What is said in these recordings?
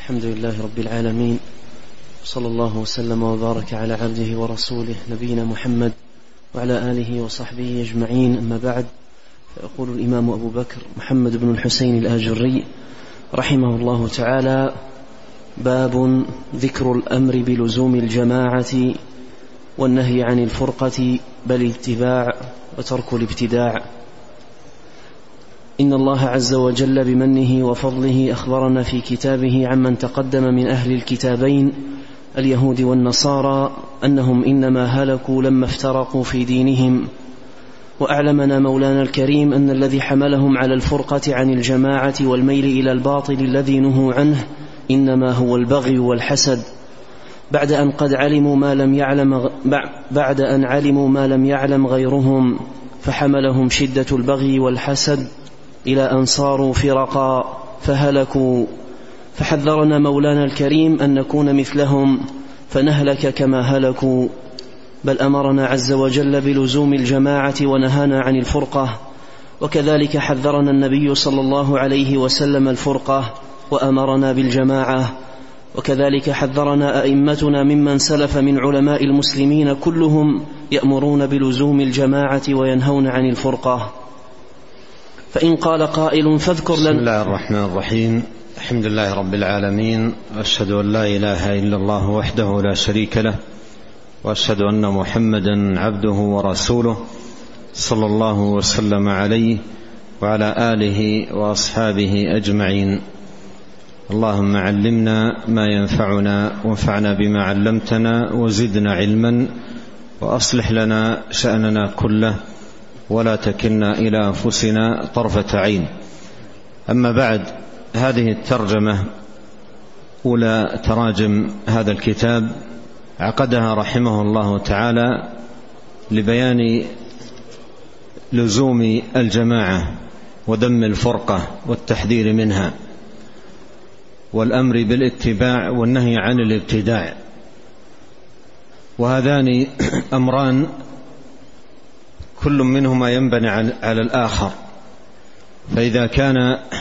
الحمد لله رب العالمين، صلى الله وسلم وبارك على عبده ورسوله نبينا محمد وعلى آله وصحبه أجمعين. أما بعد، فيقول الإمام أبو بكر محمد بن الحسين الآجري رحمه الله تعالى: باب ذكر الأمر بلزوم الجماعة والنهي عن الفرقة بل الاتباع وترك الابتداع. إن الله عز وجل بمنه وفضله أخبرنا في كتابه عمن تقدم من أهل الكتابين اليهود والنصارى أنهم إنما هلكوا لما افترقوا في دينهم، وأعلمنا مولانا الكريم أن الذي حملهم على الفرقة عن الجماعة والميل إلى الباطل الذي نهوا عنه إنما هو البغي والحسد، بعد أن علموا ما لم يعلم غيرهم، فحملهم شدة البغي والحسد إلى أن صاروا فرقا فهلكوا. فحذرنا مولانا الكريم أن نكون مثلهم فنهلك كما هلكوا، بل أمرنا عز وجل بلزوم الجماعة ونهانا عن الفرقة، وكذلك حذرنا النبي صلى الله عليه وسلم الفرقة وأمرنا بالجماعة، وكذلك حذرنا أئمتنا ممن سلف من علماء المسلمين كلهم يأمرون بلزوم الجماعة وينهون عن الفرقة. فإن قال قائل فاذكر لنا. بسم الله الرحمن الرحيم، الحمد لله رب العالمين، وأشهد أن لا إله إلا الله وحده لا شريك له، وأشهد أن محمدا عبده ورسوله صلى الله وسلم عليه وعلى آله وأصحابه أجمعين. اللهم علمنا ما ينفعنا وانفعنا بما علمتنا وزدنا علما، وأصلح لنا شأننا كله ولا تكلنا إلى أنفسنا طرفة عين. أما بعد، هذه الترجمة أولى تراجم هذا الكتاب عقدها رحمه الله تعالى لبيان لزوم الجماعة وذم الفرقة والتحذير منها، والأمر بالاتباع والنهي عن الابتداع، وهذان أمران كل منهما ينبني على الآخر. فإذا كان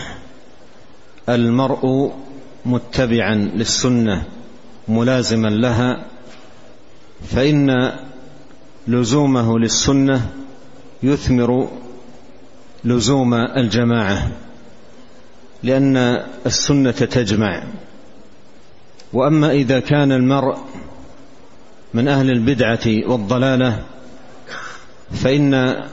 المرء متبعا للسنة ملازما لها، فإن لزومه للسنة يثمر لزوم الجماعة، لأن السنة تجمع. وأما إذا كان المرء من أهل البدعة والضلالة، فإن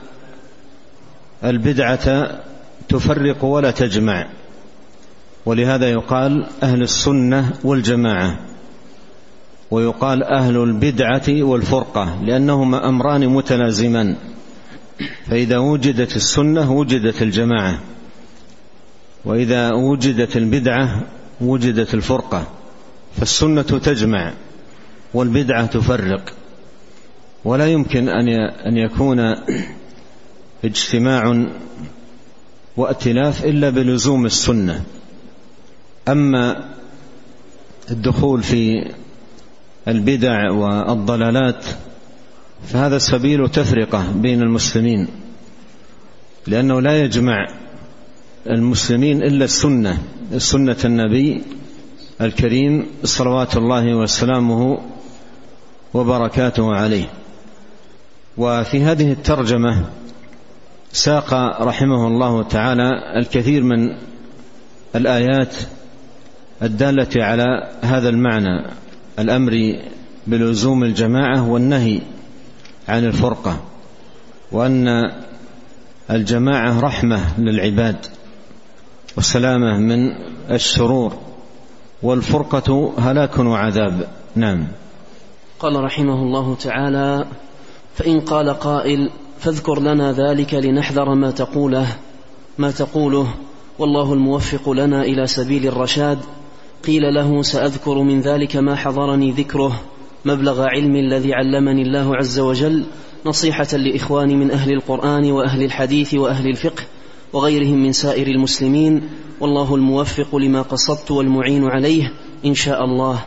البدعة تفرق ولا تجمع، ولهذا يقال أهل السنة والجماعة، ويقال أهل البدعة والفرقة، لأنهما أمران متلازمان. فإذا وجدت السنة وجدت الجماعة، وإذا وجدت البدعة وجدت الفرقة. فالسنة تجمع والبدعة تفرق، ولا يمكن أن يكون اجتماع وائتلاف إلا بلزوم السنة. أما الدخول في البدع والضلالات فهذا سبيل تفرقة بين المسلمين، لأنه لا يجمع المسلمين إلا سنة النبي الكريم صلوات الله وسلامه وبركاته عليه. وفي هذه الترجمة ساق رحمه الله تعالى الكثير من الآيات الدالة على هذا المعنى، الأمر بلزوم الجماعة والنهي عن الفرقة، وأن الجماعة رحمة للعباد وسلامة من الشرور، والفرقة هلاك وعذاب. نعم. قال رحمه الله تعالى: فإن قال قائل فاذكر لنا ذلك لنحذر ما تقوله والله الموفق لنا إلى سبيل الرشاد. قيل له: سأذكر من ذلك ما حضرني ذكره مبلغ علم الذي علمني الله عز وجل، نصيحة لإخواني من أهل القرآن وأهل الحديث وأهل الفقه وغيرهم من سائر المسلمين، والله الموفق لما قصدت والمعين عليه إن شاء الله.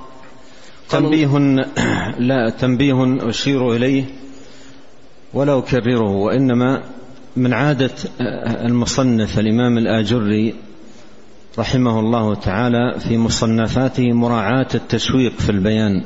تنبيه أشير إليه ولا أكرره، وإنما من عادة المصنف الإمام الآجري رحمه الله تعالى في مصنفاته مراعاة التشويق في البيان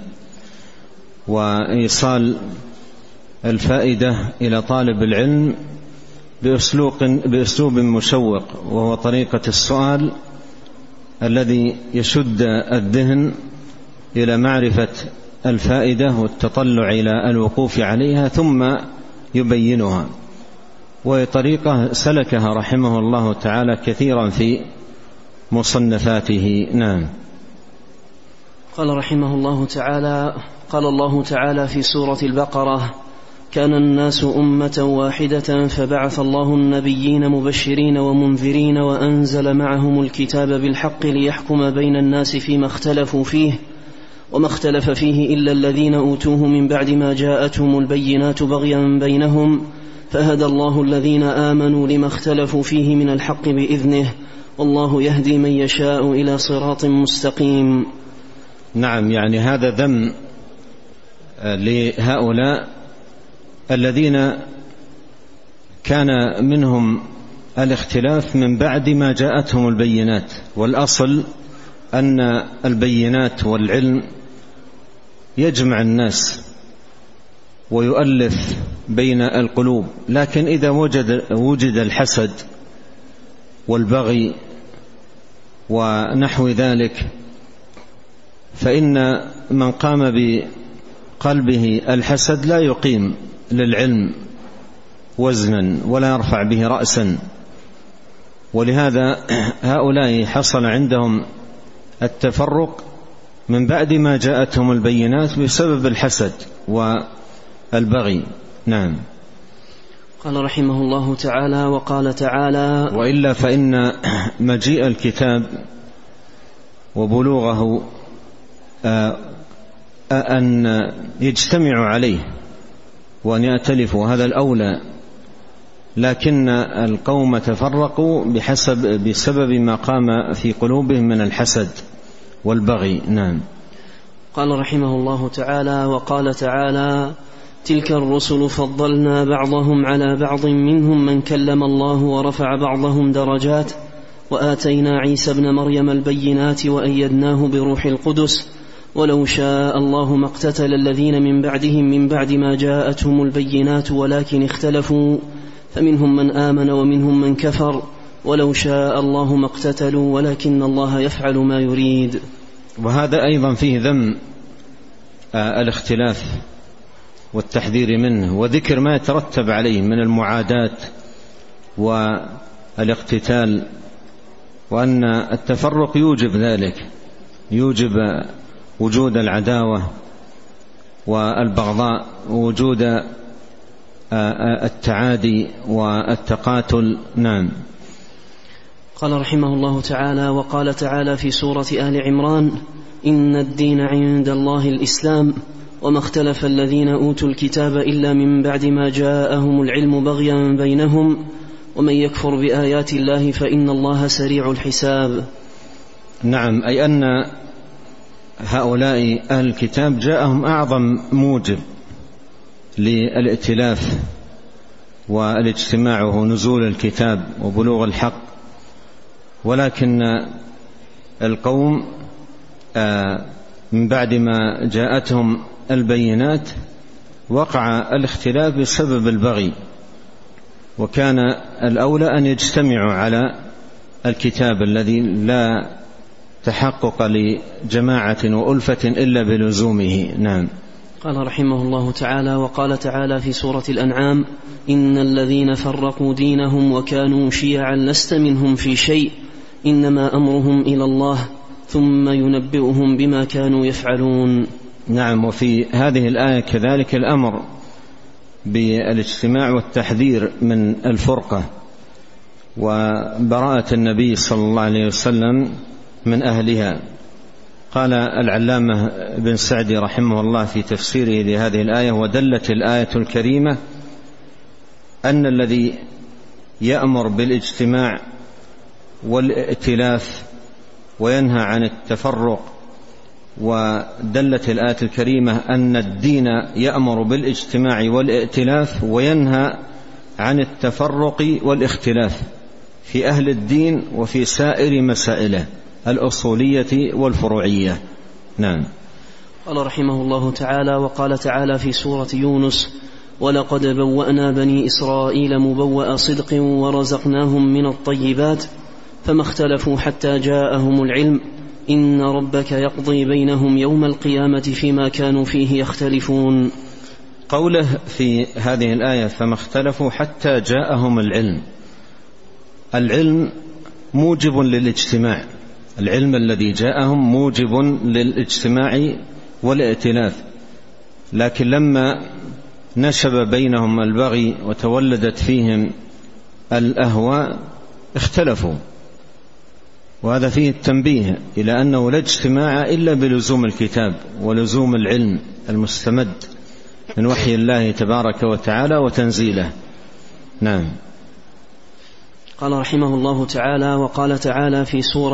وإيصال الفائدة إلى طالب العلم بأسلوب مشوق، وهو طريقة السؤال الذي يشد الذهن إلى معرفة الفائدة والتطلع إلى الوقوف عليها ثم يبينها، وهي طريقة سلكها رحمه الله تعالى كثيرا في مصنفاته. نعم. قال رحمه الله تعالى: قال الله تعالى في سورة البقرة: كان الناس أمة واحدة فبعث الله النبيين مبشرين ومنذرين وأنزل معهم الكتاب بالحق ليحكم بين الناس فيما اختلفوا فيه وما اختلف فيه إلا الذين أوتوه من بعد ما جاءتهم البينات بغيا بينهم فهدى الله الذين آمنوا لما اختلفوا فيه من الحق بإذنه والله يهدي من يشاء إلى صراط مستقيم. نعم، يعني هذا ذم لهؤلاء الذين كان منهم الاختلاف من بعد ما جاءتهم البينات، والأصل أن البينات والعلم يجمع الناس ويؤلف بين القلوب، لكن إذا وجد الحسد والبغي ونحو ذلك فإن من قام بقلبه الحسد لا يقيم للعلم وزنا ولا يرفع به رأسا، ولهذا هؤلاء حصل عندهم التفرق من بعد ما جاءتهم البينات بسبب الحسد والبغي. نعم. قال رحمه الله تعالى: وقال تعالى: وإلا فإن مجيء الكتاب وبلوغه أن يجتمع عليه وأن يأتلفوا، هذا الأولى، لكن القوم تفرقوا بسبب ما قام في قلوبهم من الحسد والبغي. نعم. قال رحمه الله تعالى: وقال تعالى: تلك الرسل فضلنا بعضهم على بعض منهم من كلم الله ورفع بعضهم درجات وآتينا عيسى ابن مريم البينات وأيدناه بروح القدس ولو شاء الله ما اقتتل الذين من بعدهم من بعد ما جاءتهم البينات ولكن اختلفوا فمنهم من آمن ومنهم من كفر ولو شاء الله ما اقتتلوا ولكن الله يفعل ما يريد. وهذا أيضا فيه ذم الاختلاف والتحذير منه وذكر ما يترتب عليه من المعاداة والاقتتال، وأن التفرق يوجب ذلك، يوجب وجود العداوة والبغضاء ووجود التعادي والتقاتل. نعم. قال رحمه الله تعالى: وقال تعالى في سورة آل عمران: إن الدين عند الله الإسلام وما اختلف الذين أوتوا الكتاب إلا من بعد ما جاءهم العلم بغيا بينهم ومن يكفر بآيات الله فإن الله سريع الحساب. نعم، أي أن هؤلاء أهل الكتاب جاءهم أعظم موجب للائتلاف والاجتماع وهو نزول الكتاب وبلوغ الحق، ولكن القوم من بعد ما جاءتهم البينات وقع الاختلاف بسبب البغي، وكان الأولى أن يجتمعوا على الكتاب الذي لا تحقق لجماعة وألفة إلا بلزومه. نعم. قال رحمه الله تعالى: وقال تعالى في سورة الأنعام: إن الذين فرقوا دينهم وكانوا شيعا لست منهم في شيء إنما أمرهم إلى الله ثم ينبئهم بما كانوا يفعلون. نعم. وفي هذه الآية كذلك الأمر بالاجتماع والتحذير من الفرقة وبراءة النبي صلى الله عليه وسلم من أهلها. قال العلامة بن سعدي رحمه الله في تفسيره لهذه الآية: ودلت الآية الكريمة أن الذي يأمر بالاجتماع والائتلاف وينهى عن التفرق، ودلت الآية الكريمة أن الدين يأمر بالاجتماع والائتلاف وينهى عن التفرق والاختلاف، في أهل الدين وفي سائر مسائله الأصولية والفروعية. نعم. قال رحمه الله تعالى: وقال تعالى في سورة يونس: ولقد بوأنا بني إسرائيل مبوأ صدق ورزقناهم من الطيبات فما اختلفوا حتى جاءهم العلم إن ربك يقضي بينهم يوم القيامة فيما كانوا فيه يختلفون. قوله في هذه الآية فما اختلفوا حتى جاءهم العلم، العلم موجب للاجتماع، العلم الذي جاءهم موجب للاجتماع والائتلاف، لكن لما نشب بينهم البغي وتولدت فيهم الأهواء اختلفوا. وهذا فيه التنبيه إلى أنه لا اجتماع إلا بلزوم الكتاب ولزوم العلم المستمد من وحي الله تبارك وتعالى وتنزيله. نعم. قال رحمه الله تعالى: وقال تعالى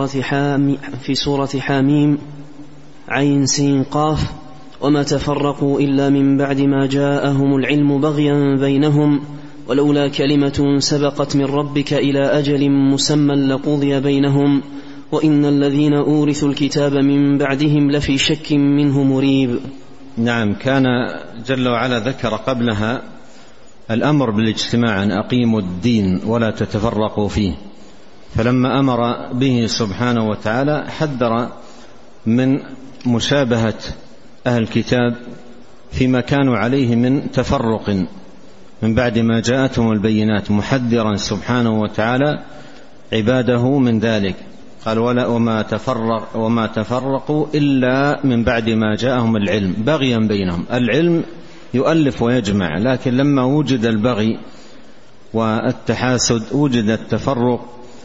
في سورة حاميم عين سين قاف: وما تفرقوا إلا من بعد ما جاءهم العلم بغيا بينهم ولولا كلمة سبقت من ربك إلى أجل مسمى لقضي بينهم وإن الذين أورثوا الكتاب من بعدهم لفي شك منه مريب. نعم. كان جل وعلا ذكر قبلها الأمر بالاجتماع أن أقيموا الدين ولا تتفرقوا فيه، فلما أمر به سبحانه وتعالى حذر من مشابهة أهل الكتاب فيما كانوا عليه من تفرق من بعد ما جاءتهم البينات، محذرا سبحانه وتعالى عباده من ذلك. قال: وما تفرقوا إلا من بعد ما جاءهم العلم بغيا بينهم. العلم يؤلف ويجمع، لكن لما وجد البغي والتحاسد وجد التفرق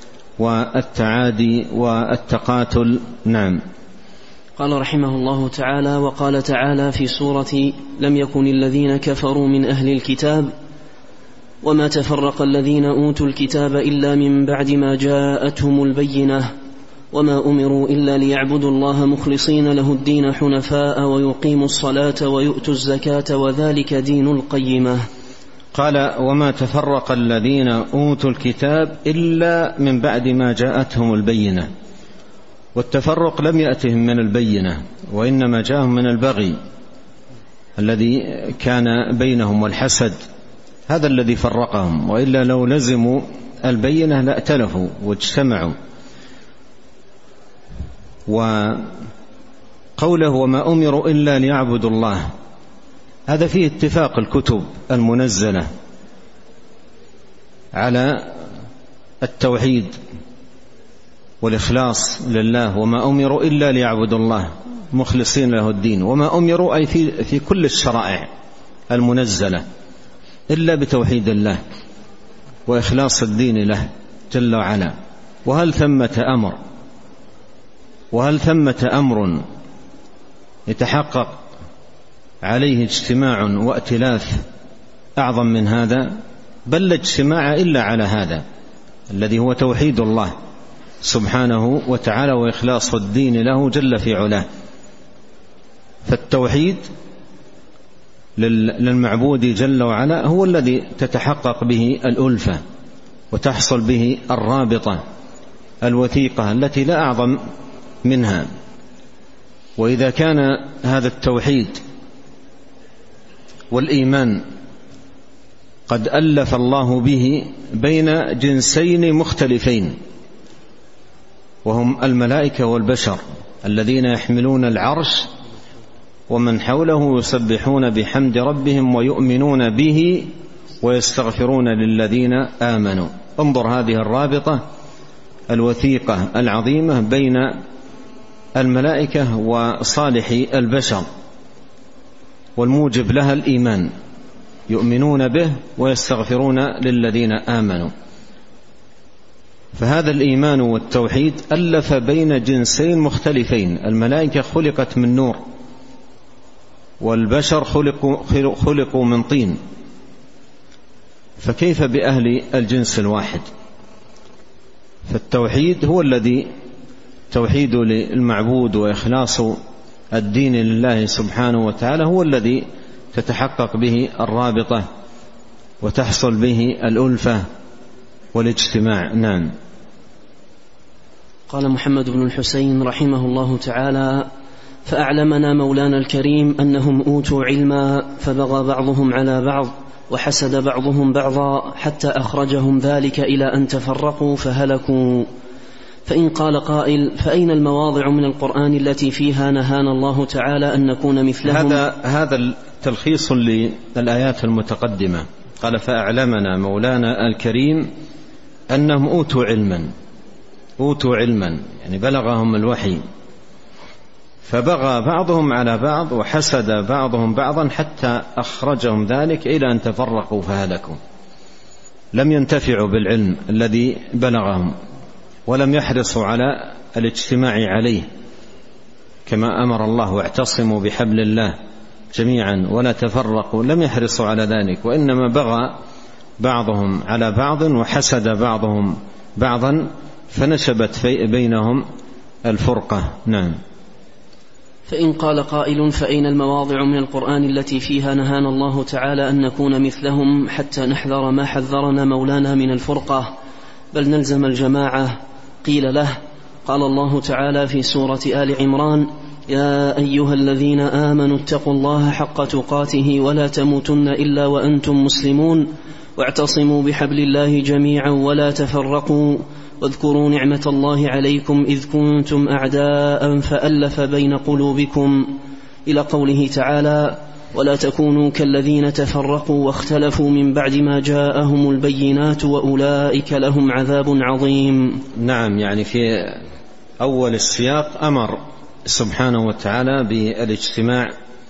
والتعادي والتقاتل. نعم. قال رحمه الله تعالى: وقال تعالى في سورة لم يكن الذين كفروا من أهل الكتاب وما تفرق الذين أوتوا الكتاب إلا من بعد ما جاءتهم البينة وما أمروا إلا ليعبدوا الله مخلصين له الدين حنفاء ويقيموا الصلاة ويؤتوا الزكاة وذلك دين القيمة. قال: وما تفرق الذين أوتوا الكتاب إلا من بعد ما جاءتهم البينة. والتفرق لم يأتهم من البينة، وإنما جاءهم من البغي الذي كان بينهم والحسد، هذا الذي فرقهم، وإلا لو لزموا البينة لأتلفوا واجتمعوا. وقوله وما أمروا إلا ليعبدوا الله، هذا فيه اتفاق الكتب المنزلة على التوحيد والإخلاص لله، وما أمروا إلا ليعبدوا الله مخلصين له الدين. وما أمروا أي في كل الشرائع المنزلة إلا بتوحيد الله وإخلاص الدين له جل وعلا. وهل ثمة أمر يتحقق عليه اجتماع وائتلاف أعظم من هذا؟ بل لا اجتماع إلا على هذا الذي هو توحيد الله سبحانه وتعالى وإخلاص الدين له جل في علاه. فالتوحيد للمعبود جل وعلا هو الذي تتحقق به الألفة وتحصل به الرابطة الوثيقة التي لا أعظم منها. وإذا كان هذا التوحيد والإيمان قد ألف الله به بين جنسين مختلفين، وهم الملائكة والبشر الذين يحملون العرش ومن حوله يسبحون بحمد ربهم ويؤمنون به ويستغفرون للذين آمنوا. انظر هذه الرابطة الوثيقة العظيمة بين الملائكة وصالحي البشر، والموجب لها الإيمان، يؤمنون به ويستغفرون للذين آمنوا. فهذا الإيمان والتوحيد ألف بين جنسين مختلفين، الملائكة خلقت من نور والبشر خلقوا من طين، فكيف بأهل الجنس الواحد؟ فالتوحيد هو الذي توحيد للمعبود وإخلاص الدين لله سبحانه وتعالى هو الذي تتحقق به الرابطة وتحصل به الألفة والاجتماع. نعم. قال محمد بن الحسين رحمه الله تعالى: فأعلمنا مولانا الكريم أنهم أوتوا علما فبغى بعضهم على بعض وحسد بعضهم بعضا حتى أخرجهم ذلك إلى أن تفرقوا فهلكوا. فإن قال قائل: فأين المواضع من القرآن التي فيها نهانا الله تعالى أن نكون مثلهم؟ هذا تلخيص للآيات المتقدمة. قال: فأعلمنا مولانا الكريم أنهم أوتوا علما يعني بلغهم الوحي، فبغى بعضهم على بعض وحسد بعضهم بعضا حتى أخرجهم ذلك إلى أن تفرقوا فهلكوا. لم ينتفعوا بالعلم الذي بلغهم ولم يحرصوا على الاجتماع عليه كما أمر الله: واعتصموا بحبل الله جميعا ولا تفرقوا. لم يحرصوا على ذلك، وإنما بغى بعضهم على بعض وحسد بعضهم بعضا فنشبت بينهم الفرقة. نعم. فإن قال قائل: فأين المواضع من القرآن التي فيها نهانا الله تعالى أن نكون مثلهم حتى نحذر ما حذرنا مولانا من الفرقة بل نلزم الجماعة؟ قيل له: قال الله تعالى في سورة آل عمران: يا أيها الذين آمنوا اتقوا الله حق تقاته ولا تموتن إلا وأنتم مسلمون واعتصموا بحبل الله جميعا ولا تفرقوا واذكروا نعمة الله عليكم إذ كنتم أعداء فألف بين قلوبكم، إلى قوله تعالى: ولا تكونوا كالذين تفرقوا واختلفوا من بعد ما جاءهم البينات وأولئك لهم عذاب عظيم. نعم، يعني في أول السياق أمر سبحانه وتعالى بالاجتماع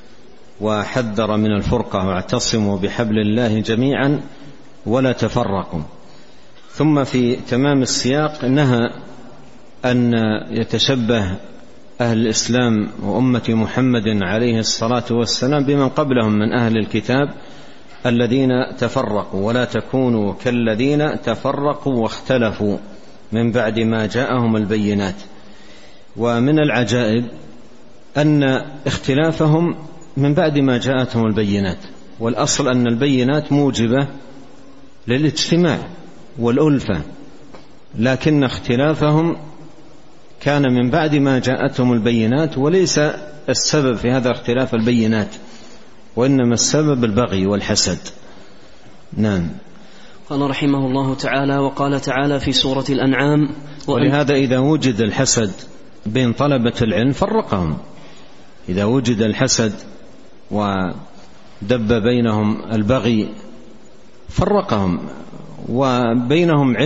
وحذر من الفرقة: واعتصموا بحبل الله جميعا ولا تفرقوا. ثم في تمام السياق نهى أن يتشبه أهل الإسلام وأمة محمد عليه الصلاة والسلام بمن قبلهم من أهل الكتاب الذين تفرقوا: ولا تكونوا كالذين تفرقوا واختلفوا من بعد ما جاءهم البينات. ومن العجائب أن اختلافهم من بعد ما جاءتهم البينات، والأصل أن البينات موجبة للاجتماع والألفة، لكن اختلافهم كان من بعد ما جاءتهم البينات، وليس السبب في هذا اختلاف البينات، وإنما السبب البغي والحسد. نعم. قال رحمه الله تعالى: وقال تعالى في سورة الأنعام: ولهذا إذا وجد الحسد بين طلبة العلم فرقهم. إذا وجد الحسد ودب بينهم البغي فرقهم، وبينهم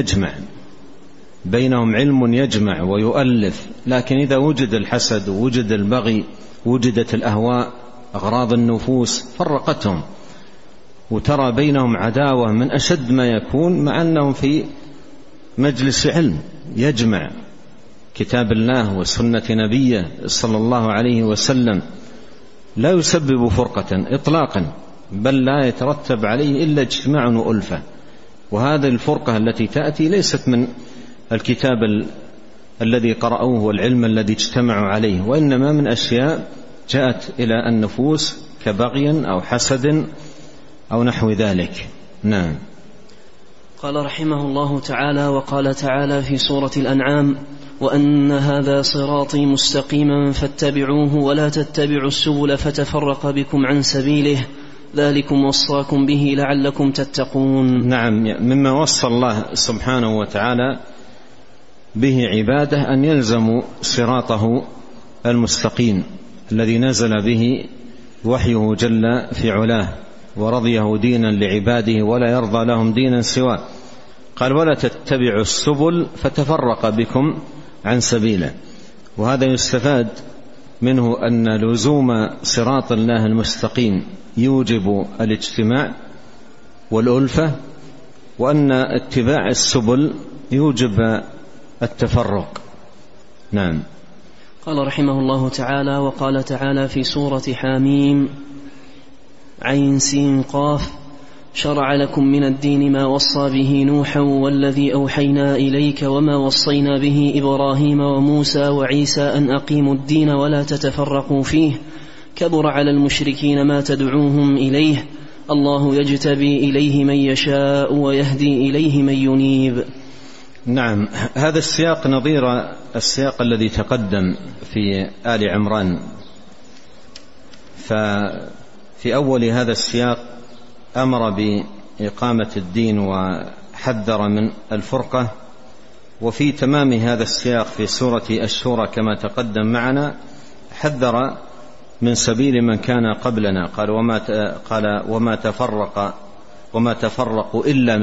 علم يجمع ويؤلف. لكن إذا وجد الحسد ووجد البغي وجدت الأهواء أغراض النفوس فرقتهم، وترى بينهم عداوة من أشد ما يكون، مع أنهم في مجلس علم يجمع كتاب الله وسنة نبيه صلى الله عليه وسلم، لا يسبب فرقة إطلاقا، بل لا يترتب عليه إلا اجتماع وألفة. وهذه الفرقة التي تأتي ليست من الكتاب الذي قرأوه والعلم الذي اجتمعوا عليه، وإنما من أشياء جاءت إلى النفوس كبغي أو حسد أو نحو ذلك. نعم. قال رحمه الله تعالى: وقال تعالى في سورة الأنعام: وأن هذا صراطي مستقيما فاتبعوه ولا تتبعوا السبل فتفرق بكم عن سبيله ذلكم وصاكم به لعلكم تتقون. نعم، مما وصى الله سبحانه وتعالى به عباده أن يلزموا صراطه المستقيم الذي نزل به وحيه جل في علاه، ورضيه دينا لعباده ولا يرضى لهم دينا سواه. قال: ولا تتبعوا السبل فتفرق بكم عن سبيله. وهذا يستفاد منه أن لزوم صراط الله المستقيم يوجب الاجتماع والألفة، وأن اتباع السبل يوجب التفرق. نعم. قال رحمه الله تعالى: وقال تعالى في سورة حاميم عين سين قاف: شرع لكم من الدين ما وصى به نوحا والذي أوحينا إليك وما وصينا به إبراهيم وموسى وعيسى أن أقيموا الدين ولا تتفرقوا فيه كبر على المشركين ما تدعوهم إليه الله يجتبي إليه من يشاء ويهدي إليه من ينيب. نعم، هذا السياق نظير السياق الذي تقدم في آل عمران. ففي أول هذا السياق أمر بإقامة الدين وحذر من الفرقة، وفي تمام هذا السياق في سورة الشورى كما تقدم معنا حذر من سبيل من كان قبلنا. قال وما تفرقوا إلا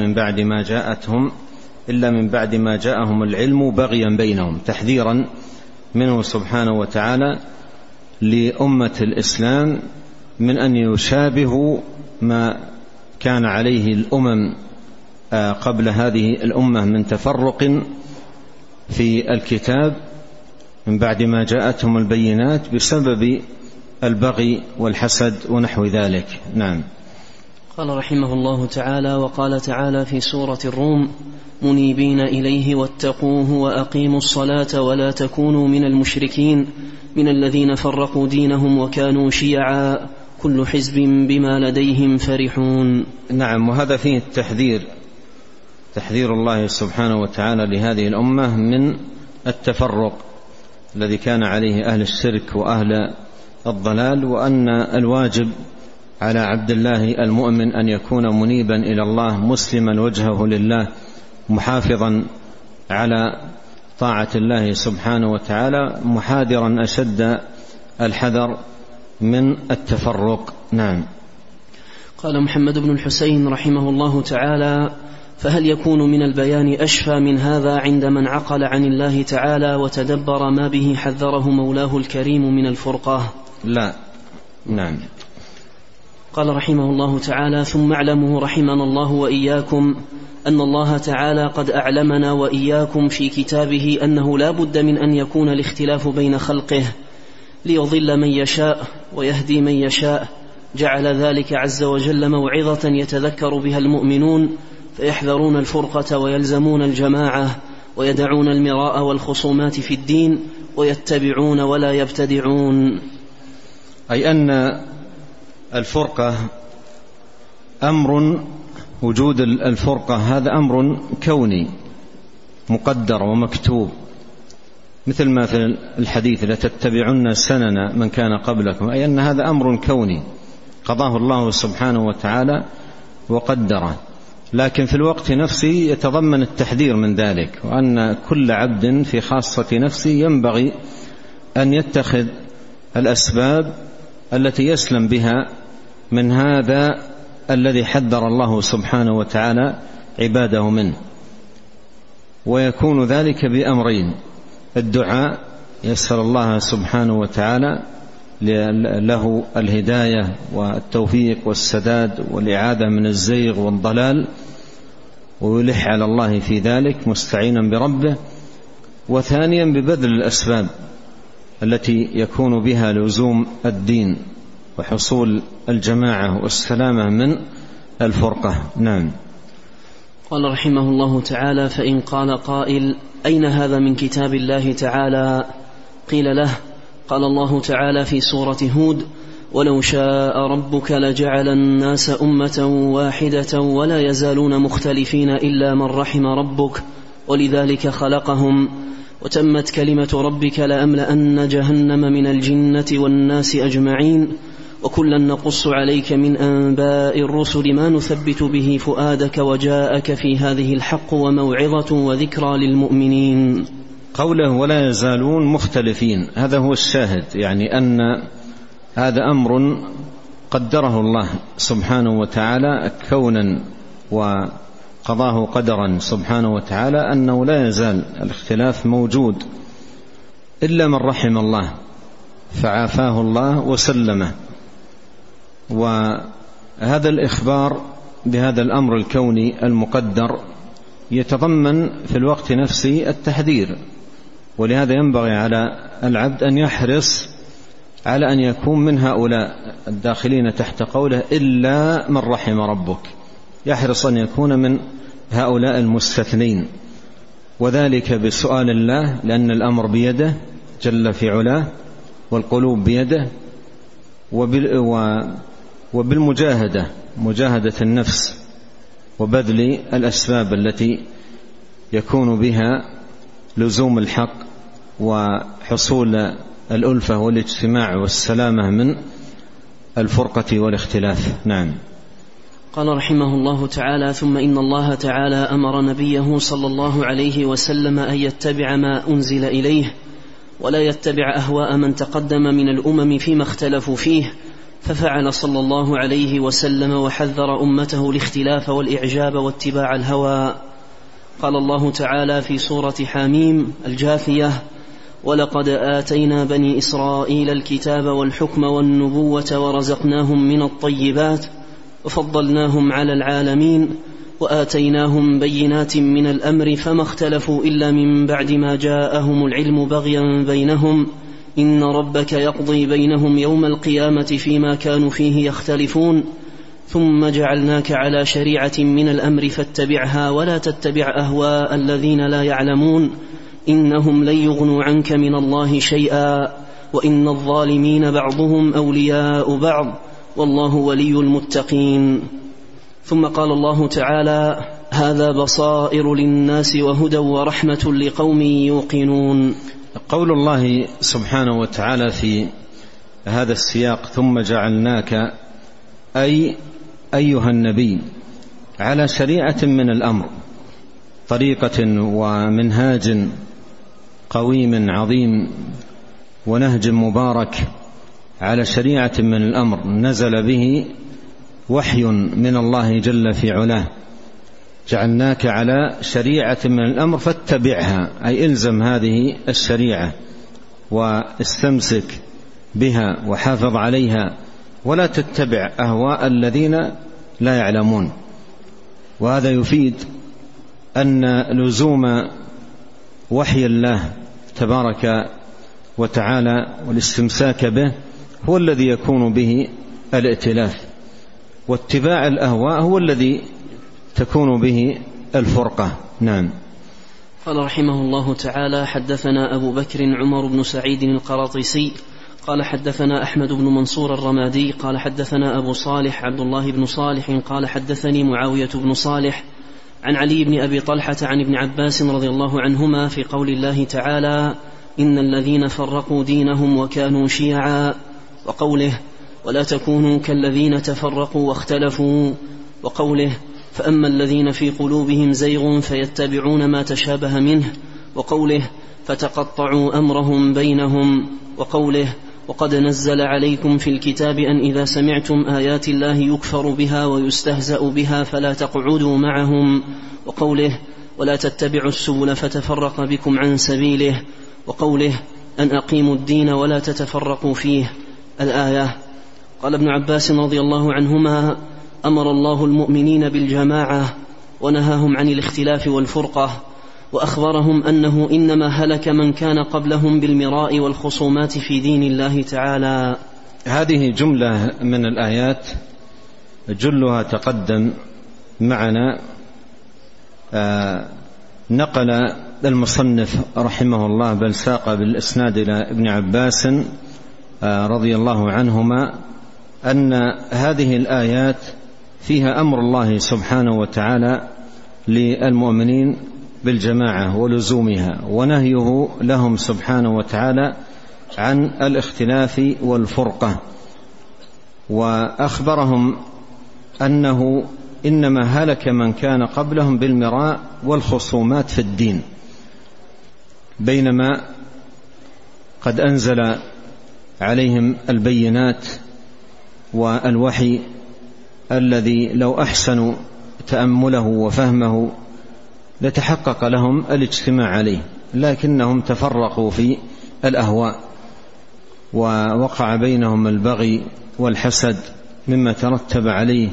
من بعد ما جاءهم العلم بغيا بينهم، تحذيرا منه سبحانه وتعالى لأمة الإسلام من أن يشابهوا ما كان عليه الأمم قبل هذه الأمة من تفرق في الكتاب من بعد ما جاءتهم البينات بسبب البغي والحسد ونحو ذلك. نعم. قال رحمه الله تعالى: وقال تعالى في سورة الروم: منيبين إليه واتقوه وأقيموا الصلاة ولا تكونوا من المشركين من الذين فرقوا دينهم وكانوا شيعا كل حزب بما لديهم فرحون. نعم، وهذا فيه تحذير الله سبحانه وتعالى لهذه الأمة من التفرق الذي كان عليه أهل الشرك وأهل الضلال، وأن الواجب على عبد الله المؤمن أن يكون منيبا إلى الله مسلما وجهه لله محافظا على طاعة الله سبحانه وتعالى محاذرا أشد الحذر من التفرق. نعم. قال محمد بن الحسين رحمه الله تعالى: فهل يكون من البيان أشفى من هذا عند من عقل عن الله تعالى وتدبر ما به حذره مولاه الكريم من الفرقة؟ لا. نعم. قال رحمه الله تعالى: ثم اعلموا رحمنا الله وإياكم أن الله تعالى قد أعلمنا وإياكم في كتابه أنه لا بد من أن يكون الاختلاف بين خلقه ليضل من يشاء ويهدي من يشاء. جعل ذلك عز وجل موعظة يتذكر بها المؤمنون فيحذرون الفرقة ويلزمون الجماعة ويدعون المراء والخصومات في الدين ويتبعون ولا يبتدعون. أي أن الفرقة أمر، وجود الفرقة هذا أمر كوني مقدر ومكتوب، مثل ما في الحديث: لتتبعن سنن من كان قبلكم. أي أن هذا أمر كوني قضاه الله سبحانه وتعالى وقدره، لكن في الوقت نفسه يتضمن التحذير من ذلك، وأن كل عبد في خاصة نفسه ينبغي أن يتخذ الأسباب التي يسلم بها من هذا الذي حذر الله سبحانه وتعالى عباده منه. ويكون ذلك بأمرين: الدعاء، يسأل الله سبحانه وتعالى له الهداية والتوفيق والسداد والإعاذة من الزيغ والضلال، ويلح على الله في ذلك مستعينا بربه. وثانيا ببذل الأسباب التي يكون بها لزوم الدين وحصول الجماعة والسلامة من الفرقة. نعم. قال رحمه الله تعالى: فإن قال قائل: أين هذا من كتاب الله تعالى؟ قيل له: قال الله تعالى في سورة هود: ولو شاء ربك لجعل الناس أمة واحدة ولا يزالون مختلفين إلا من رحم ربك ولذلك خلقهم وتمت كلمة ربك لأملأن جهنم من الجنة والناس أجمعين وكلا نقص عليك من أنباء الرسل ما نثبت به فؤادك وجاءك في هذه الحق وموعظة وذكرى للمؤمنين. قوله ولا يزالون مختلفين هذا هو الشاهد، يعني أن هذا أمر قدره الله سبحانه وتعالى كونا وقضاه قدرا سبحانه وتعالى، أنه لا يزال الاختلاف موجود إلا من رحم الله فعافاه الله وسلمه. وهذا الإخبار بهذا الأمر الكوني المقدر يتضمن في الوقت نفسه التحذير، ولهذا ينبغي على العبد أن يحرص على أن يكون من هؤلاء الداخلين تحت قوله إلا من رحم ربك، يحرص أن يكون من هؤلاء المستثنين، وذلك بسؤال الله، لأن الأمر بيده جل في علاه والقلوب بيده، وبالمجاهدة مجاهدة النفس وبذل الأسباب التي يكون بها لزوم الحق وحصول الألفة والاجتماع والسلامة من الفرقة والاختلاف. نعم. قال رحمه الله تعالى: ثم إن الله تعالى أمر نبيه صلى الله عليه وسلم أن يتبع ما أنزل إليه ولا يتبع أهواء من تقدم من الأمم فيما اختلفوا فيه، ففعل صلى الله عليه وسلم وحذر أمته الاختلاف والإعجاب واتباع الهوى. قال الله تعالى في سورة حاميم الجاثية: ولقد آتينا بني إسرائيل الكتاب والحكم والنبوة ورزقناهم من الطيبات وفضلناهم على العالمين وآتيناهم بينات من الأمر فما اختلفوا إلا من بعد ما جاءهم العلم بغيا بينهم إن ربك يقضي بينهم يوم القيامة فيما كانوا فيه يختلفون ثم جعلناك على شريعة من الأمر فاتبعها ولا تتبع أهواء الذين لا يعلمون إنهم لن يغنوا عنك من الله شيئا وإن الظالمين بعضهم أولياء بعض والله ولي المتقين. ثم قال الله تعالى: هذا بصائر للناس وهدى ورحمة لقوم يوقنون. قول الله سبحانه وتعالى في هذا السياق: ثم جعلناك أي أيها النبي على شريعة من الأمر، طريقة ومنهاج قويم عظيم ونهج مبارك، على شريعة من الأمر نزل به وحي من الله جل في علاه. جعلناك على شريعة من الأمر فاتبعها، أي إلزم هذه الشريعة واستمسك بها وحافظ عليها ولا تتبع أهواء الذين لا يعلمون. وهذا يفيد أن لزوم وحي الله تبارك وتعالى والاستمساك به هو الذي يكون به الائتلاف، واتباع الأهواء هو الذي تكون به الفرقة. نعم. قال رحمه الله تعالى: حدثنا أبو بكر عمر بن سعيد القراطيسي قال حدثنا أحمد بن منصور الرمادي قال حدثنا أبو صالح عبد الله بن صالح قال حدثني معاوية بن صالح عن علي بن أبي طلحة عن ابن عباس رضي الله عنهما في قول الله تعالى: إن الذين فرقوا دينهم وكانوا شيعا، وقوله: ولا تكونوا كالذين تفرقوا واختلفوا، وقوله: فأما الذين في قلوبهم زيغ فيتبعون ما تشابه منه، وقوله: فتقطعوا أمرهم بينهم، وقوله: وقد نزل عليكم في الكتاب أن إذا سمعتم آيات الله يكفر بها ويستهزأ بها فلا تقعدوا معهم، وقوله: ولا تتبعوا السبل فتفرق بكم عن سبيله، وقوله: أن أقيموا الدين ولا تتفرقوا فيه، الآية. قال ابن عباس رضي الله عنهما: أمر الله المؤمنين بالجماعة ونهاهم عن الاختلاف والفرقة، وأخبرهم أنه إنما هلك من كان قبلهم بالمراء والخصومات في دين الله تعالى. هذه جملة من الآيات جلها تقدم معنا. نقل المصنف رحمه الله بل ساق بالإسناد إلى ابن عباس رضي الله عنهما أن هذه الآيات فيها أمر الله سبحانه وتعالى للمؤمنين بالجماعة ولزومها، ونهيه لهم سبحانه وتعالى عن الاختلاف والفرقة، وأخبرهم أنه إنما هلك من كان قبلهم بالمراء والخصومات في الدين، بينما قد أنزل عليهم البينات والوحي الذي لو أحسنوا تأمله وفهمه لتحقق لهم الاجتماع عليه، لكنهم تفرقوا في الأهواء ووقع بينهم البغي والحسد مما ترتب عليه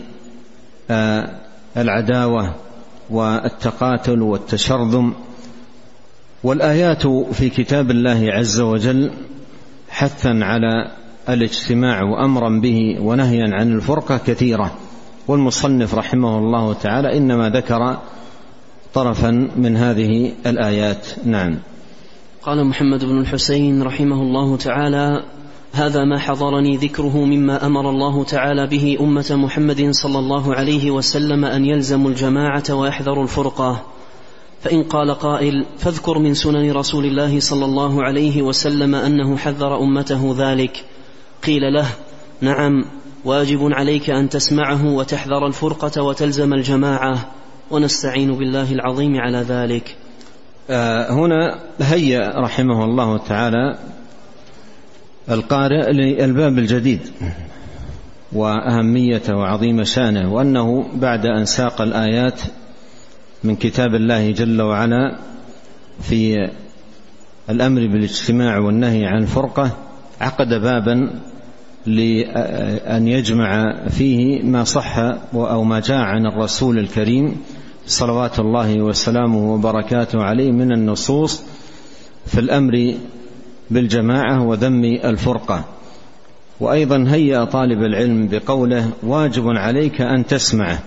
العداوة والتقاتل والتشرذم. والآيات في كتاب الله عز وجل حثا على الاجتماع وأمرا به ونهيا عن الفرقة كثيرة، والمصنف رحمه الله تعالى إنما ذكر طرفا من هذه الآيات. نعم. قال محمد بن الحسين رحمه الله تعالى: هذا ما حضرني ذكره مما أمر الله تعالى به أمة محمد صلى الله عليه وسلم أن يلزموا الجماعة ويحذروا الفرقة. فإن قال قائل: فاذكر من سنن رسول الله صلى الله عليه وسلم أنه حذر أمته ذلك، قيل له: نعم، واجب عليك أن تسمعه وتحذر الفرقة وتلزم الجماعة، ونستعين بالله العظيم على ذلك. هنا هيأ رحمه الله تعالى القارئ للباب الجديد وأهميته وعظيم شانه، وأنه بعد أن ساق الآيات من كتاب الله جل وعلا في الأمر بالاجتماع والنهي عن الفرقة، عقد بابا لأن يجمع فيه ما صح أو ما جاء عن الرسول الكريم صلوات الله وسلامه وبركاته عليه من النصوص في الأمر بالجماعة وذم الفرقة. وأيضا هيأ طالب العلم بقوله: واجب عليك أن تسمعه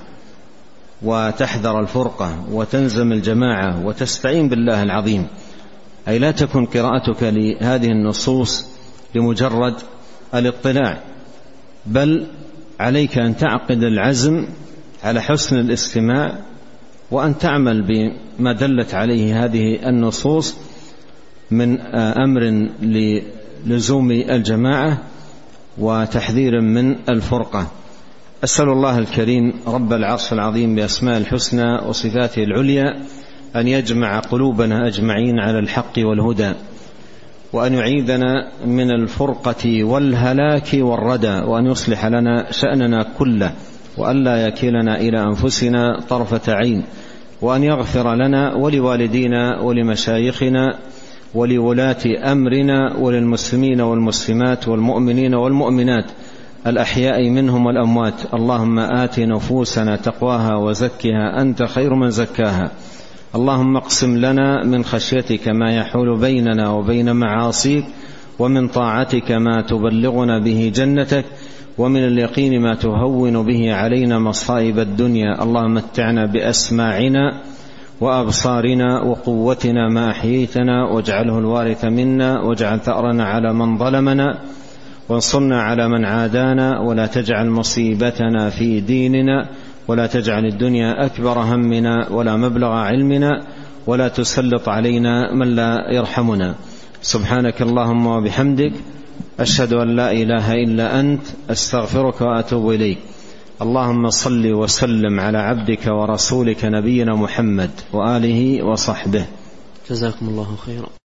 وتحذر الفرقة وتلزم الجماعة وتستعين بالله العظيم، أي لا تكن قراءتك لهذه النصوص لمجرد الاطلاع، بل عليك أن تعقد العزم على حسن الاستماع وأن تعمل بما دلت عليه هذه النصوص من أمر للزوم الجماعة وتحذير من الفرقة. أسأل الله الكريم رب العرش العظيم بأسماء الحسنى وصفاته العليا أن يجمع قلوبنا أجمعين على الحق والهدى، وأن يعيذنا من الفرقة والهلاك والردى، وأن يصلح لنا شأننا كله، وأن لا يكلنا إلى أنفسنا طرفة عين، وأن يغفر لنا ولوالدينا ولمشايخنا ولولاة أمرنا وللمسلمين والمسلمات والمؤمنين والمؤمنات الأحياء منهم والأموات. اللهم آت نفوسنا تقواها وزكها أنت خير من زكاها. اللهم اقسم لنا من خشيتك ما يحول بيننا وبين معاصيك، ومن طاعتك ما تبلغنا به جنتك، ومن اليقين ما تهون به علينا مصائب الدنيا. اللهم متعنا بأسماعنا وأبصارنا وقوتنا ما أحييتنا، واجعله الوارث منا، واجعل ثأرنا على من ظلمنا، وانصرنا على من عادانا، ولا تجعل مصيبتنا في ديننا، ولا تجعل الدنيا أكبر همنا ولا مبلغ علمنا، ولا تسلط علينا من لا يرحمنا. سبحانك اللهم وبحمدك، أشهد أن لا إله إلا أنت، أستغفرك وأتوب إليك. اللهم صل وسلم على عبدك ورسولك نبينا محمد وآله وصحبه. جزاكم الله خيرا.